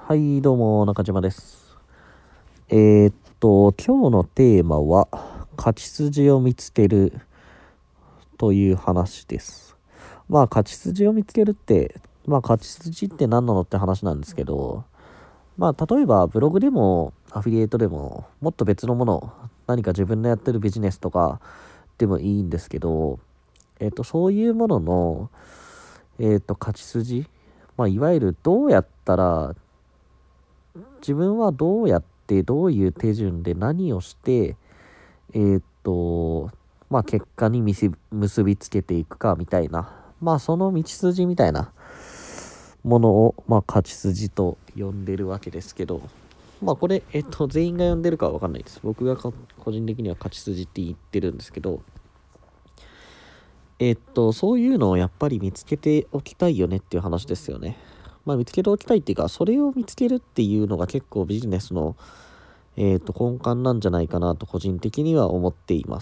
はい、どうも、中島です。今日のテーマは、勝ち筋を見つけるという話です。勝ち筋を見つけるって、勝ち筋って何なのって話なんですけど、例えば、ブログでも、アフィリエイトでも、もっと別のもの、何か自分のやってるビジネスとかでもいいんですけど、そういうものの、勝ち筋、いわゆるどうやったら自分はどうやってどういう手順で何をしてえーっと結果に結びつけていくかみたいな、その道筋みたいなものを勝ち筋と呼んでるわけですけど、これ全員が呼んでるかは分かんないです。僕が個人的には勝ち筋って言ってるんですけど、そういうのをやっぱり見つけておきたいよねっていう話ですよね。見つけておきたいっていうか、それを見つけるっていうのが結構ビジネスの、根幹なんじゃないかなと個人的には思っています。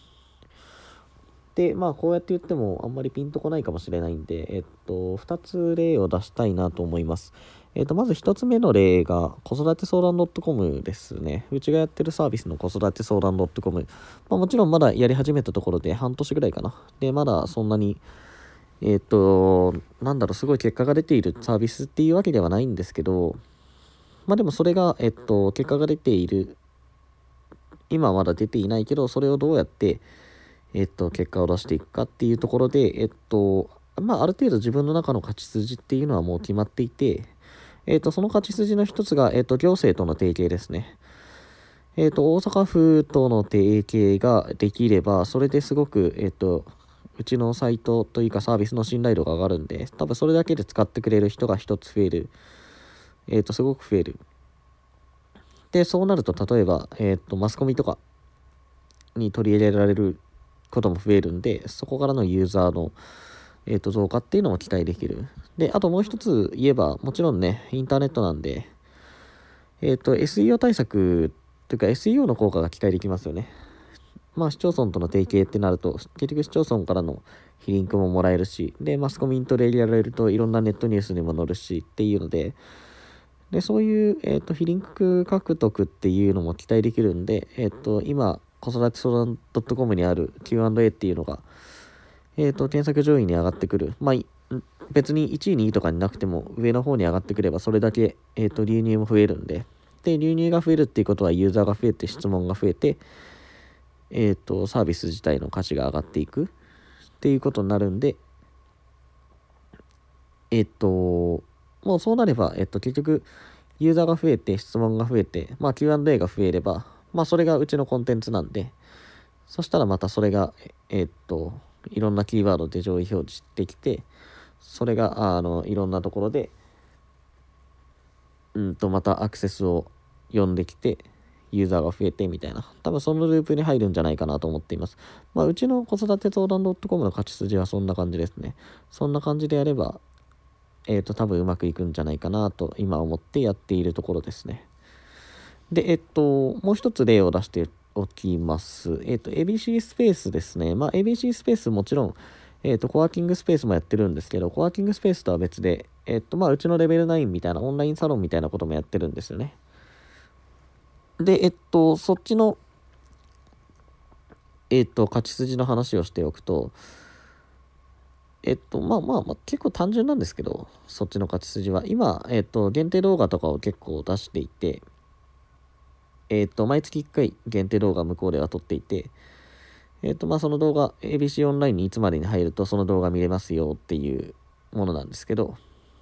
で、こうやって言ってもあんまりピンとこないかもしれないんで、2つ例を出したいなと思います。まず1つ目の例が子育て相談 .com ですね。うちがやってるサービスの子育て相談 .com。もちろんまだやり始めたところで半年ぐらいかな。で、まだそんなにすごい結果が出ているサービスっていうわけではないんですけど、でもそれが、結果が出ている、今はまだ出ていないけど、それをどうやって、結果を出していくかっていうところで、ある程度自分の中の勝ち筋っていうのはもう決まっていて、その勝ち筋の一つが、行政との提携ですね。大阪府との提携ができれば、それですごく、うちのサイトというかサービスの信頼度が上がるんで、多分それだけで使ってくれる人が一つ増える。すごく増える。で、そうなると、例えば、マスコミとかに取り入れられることも増えるんで、そこからのユーザーの、増加っていうのも期待できる。で、あともう一つ言えば、もちろんね、インターネットなんで、SEO 対策というか SEO の効果が期待できますよね。市町村との提携ってなると、結局市町村からのリンクももらえるし、で、マスコミに取り入れられるといろんなネットニュースにも載るしっていうので、そういう、非リンク獲得っていうのも期待できるんで、今、子育て相談 .com にある Q&A っていうのが、検索上位に上がってくる。別に1位、2位とかになくても、上の方に上がってくれば、それだけ、流入も増えるんで、で、流入が増えるっていうことは、ユーザーが増えて、質問が増えて、サービス自体の価値が上がっていくっていうことになるんで、もうそうなれば、結局、ユーザーが増えて、質問が増えて、Q&A が増えれば、それがうちのコンテンツなんで、そしたらまたそれが、いろんなキーワードで上位表示できて、それが、いろんなところで、またアクセスを呼んできて、ユーザーが増えてみたいな。多分そのループに入るんじゃないかなと思っています。うちの子育て相談 .com の勝ち筋はそんな感じですね。そんな感じでやれば、多分うまくいくんじゃないかなと今思ってやっているところですね。で、もう一つ例を出しておきます。ABC スペースですね。ABC スペースもちろん、コワーキングスペースもやってるんですけど、コワーキングスペースとは別で、うちのレベル9みたいなオンラインサロンみたいなこともやってるんですよね。で、そっちの、勝ち筋の話をしておくと、結構単純なんですけど、そっちの勝ち筋は。今、限定動画とかを結構出していて、毎月1回限定動画向こうでは撮っていて、その動画、ABC オンラインにいつまでに入るとその動画見れますよっていうものなんですけど、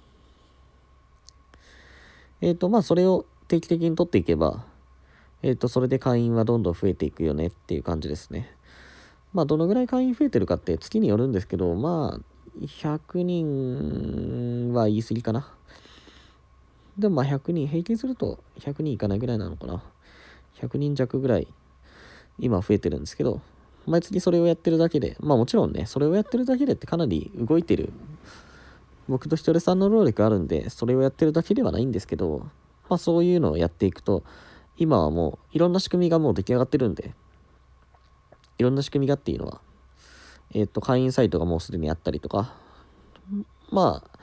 それを定期的に撮っていけば、それで会員はどんどん増えていくよねっていう感じですね。どのぐらい会員増えてるかって月によるんですけど、100人は言い過ぎかな。でも100人、平均すると100人いかないぐらいなのかな。100人弱ぐらい今増えてるんですけど、毎月それをやってるだけで、もちろんね、それをやってるだけでってかなり動いてる。僕とひとりさんの労力あるんで、それをやってるだけではないんですけど、そういうのをやっていくと、今はもういろんな仕組みがもう出来上がってるんで、いろんな仕組みがっていうのは、会員サイトがもうすでにあったりとか、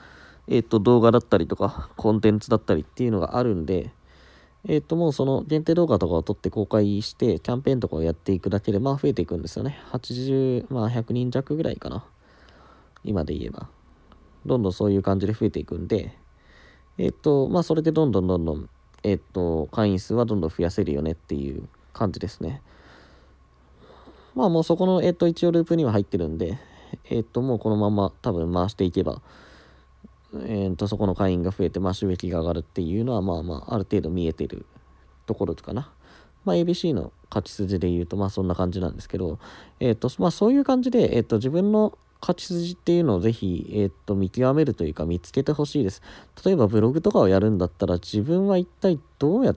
動画だったりとか、コンテンツだったりっていうのがあるんで、もうその限定動画とかを撮って公開して、キャンペーンとかをやっていくだけで、まあ増えていくんですよね。80、まあ100人弱ぐらいかな。今で言えば。どんどんそういう感じで増えていくんで、まあそれでどんどん、会員数はどんどん増やせるよねっていう感じですね。まあもうそこの、一応ループには入ってるんで、もうこのまま多分回していけば、そこの会員が増えて、まあ収益が上がるっていうのは、まあまあ、ある程度見えてるところかな。まあ ABC の勝ち筋で言うと、まあそんな感じなんですけど、まあそういう感じで、自分の勝ち筋っていうのをぜひ、見極めるというか見つけてほしいです。例えばブログとかをやるんだったら、自分は一体どうやって、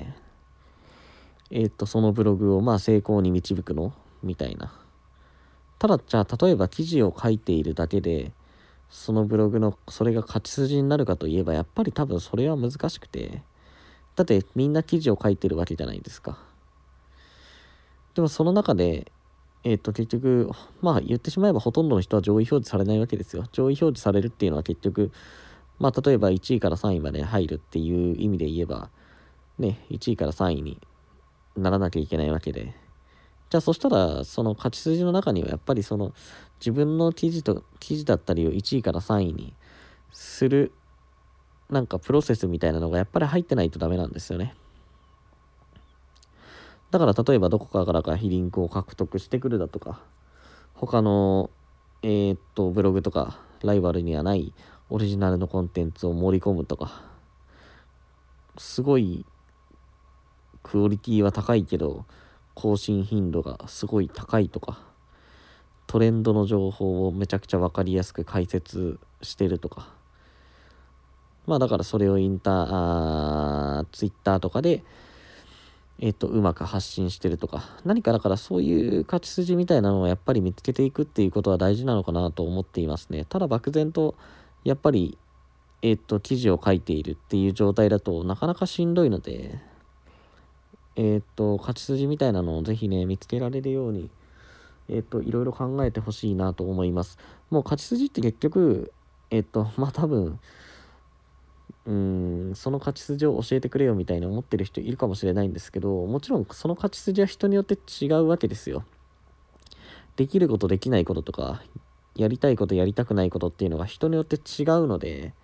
そのブログをまあ成功に導くのみたいな。ただじゃあ例えば記事を書いているだけでそのブログのそれが勝ち筋になるかといえばやっぱり多分それは難しくて、だってみんな記事を書いてるわけじゃないですか。でもその中で結局まあ言ってしまえばほとんどの人は上位表示されないわけですよ。上位表示されるっていうのは結局まあ例えば1位から3位まで入るっていう意味で言えばね、1位から3位にならなきゃいけないわけで、じゃあそしたらその勝ち筋の中にはやっぱりその自分の記事だったりを1位から3位にするなんかプロセスみたいなのがやっぱり入ってないとダメなんですよね。だから例えばどこかからかリンクを獲得してくるだとか、他のブログとかライバルにはないオリジナルのコンテンツを盛り込むとか、すごいクオリティは高いけど更新頻度がすごい高いとか、トレンドの情報をめちゃくちゃ分かりやすく解説してるとか、まあだからそれをツイッターとかでうまく発信してるとか、何かだからそういう勝ち筋みたいなのをやっぱり見つけていくっていうことは大事なのかなと思っていますね。ただ漠然とやっぱり記事を書いているっていう状態だとなかなかしんどいので、勝ち筋みたいなのをぜひね見つけられるようにいろいろ考えてほしいなと思います。もう勝ち筋って結局まあ多分その勝ち筋を教えてくれよみたいに思ってる人いるかもしれないんですけど、もちろんその勝ち筋は人によって違うわけですよ。できることできないこととか、やりたいことやりたくないことっていうのが人によって違うので、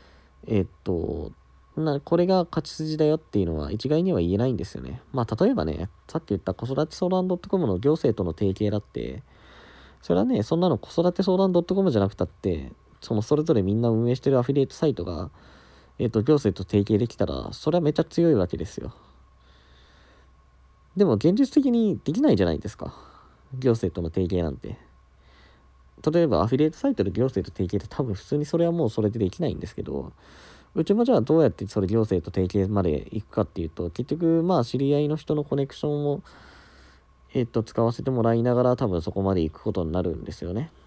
これが勝ち筋だよっていうのは一概には言えないんですよね。まあ例えばね、さっき言った子育て相談 .com の行政との提携だって、それはね、そんなの子育て相談 .com じゃなくたって、それぞれみんな運営してるアフィリエイトサイトが、行政と提携できたら、それはめっちゃ強いわけですよ。でも現実的にできないじゃないですか。行政との提携なんて。例えばアフィリエイトサイトで行政と提携って多分普通にそれはもうそれでできないんですけど、うちもじゃあどうやってそれ行政と提携まで行くかっていうと、結局まあ知り合いの人のコネクションを使わせてもらいながら多分そこまで行くことになるんですよね。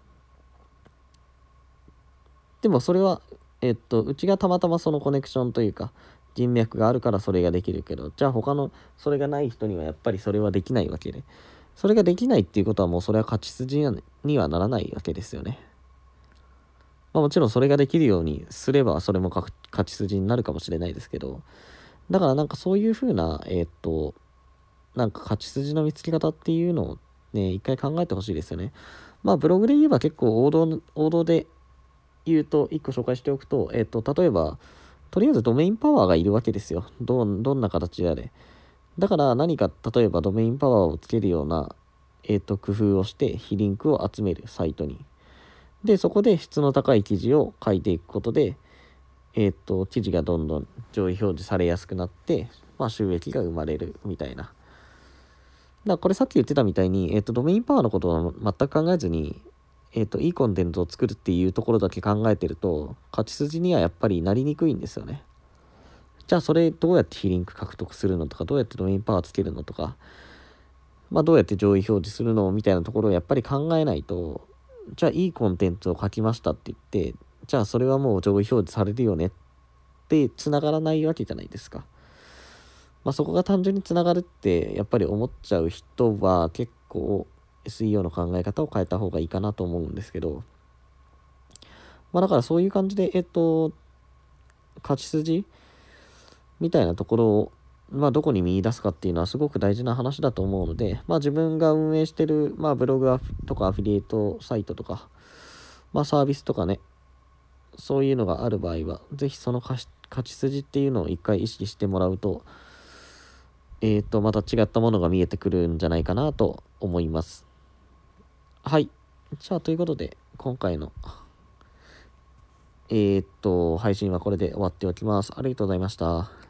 でもそれはうちがたまたまそのコネクションというか人脈があるからそれができるけど、じゃあ他のそれがない人にはやっぱりそれはできないわけで、それができないっていうことはもうそれは勝ち筋にはならないわけですよね。まあもちろんそれができるようにすればそれも勝ち筋になるかもしれないですけど、だからなんかそういう風ななんか勝ち筋の見つけ方っていうのをね一回考えてほしいですよね。まあブログで言えば結構王道で言うと1個紹介しておくと、例えばとりあえずドメインパワーがいるわけですよ。どんな形であれ。だから何か例えばドメインパワーをつけるような工夫をして非リンクを集めるサイトに。で、そこで質の高い記事を書いていくことで、記事がどんどん上位表示されやすくなって、まあ収益が生まれるみたいな。だからこれさっき言ってたみたいに、ドメインパワーのことは全く考えずに、いいコンテンツを作るっていうところだけ考えてると、勝ち筋にはやっぱりなりにくいんですよね。じゃあそれどうやって非リンク獲得するのとか、どうやってドメインパワーつけるのとか、まあどうやって上位表示するのみたいなところをやっぱり考えないと、じゃあいいコンテンツを書きましたって言って、じゃあそれはもう上位表示されるよねって繋がらないわけじゃないですか。まあそこが単純に繋がるってやっぱり思っちゃう人は結構SEO の考え方を変えた方がいいかなと思うんですけど、 まあだからそういう感じで、勝ち筋みたいなところを、まあどこに見出すかっていうのはすごく大事な話だと思うので、まあ自分が運営してる、まあブログとかアフィリエイトサイトとか、まあサービスとかね、そういうのがある場合は、ぜひその勝ち筋っていうのを一回意識してもらうと、また違ったものが見えてくるんじゃないかなと思います。はい。じゃあ、ということで、今回の、配信はこれで終わっておきます。ありがとうございました。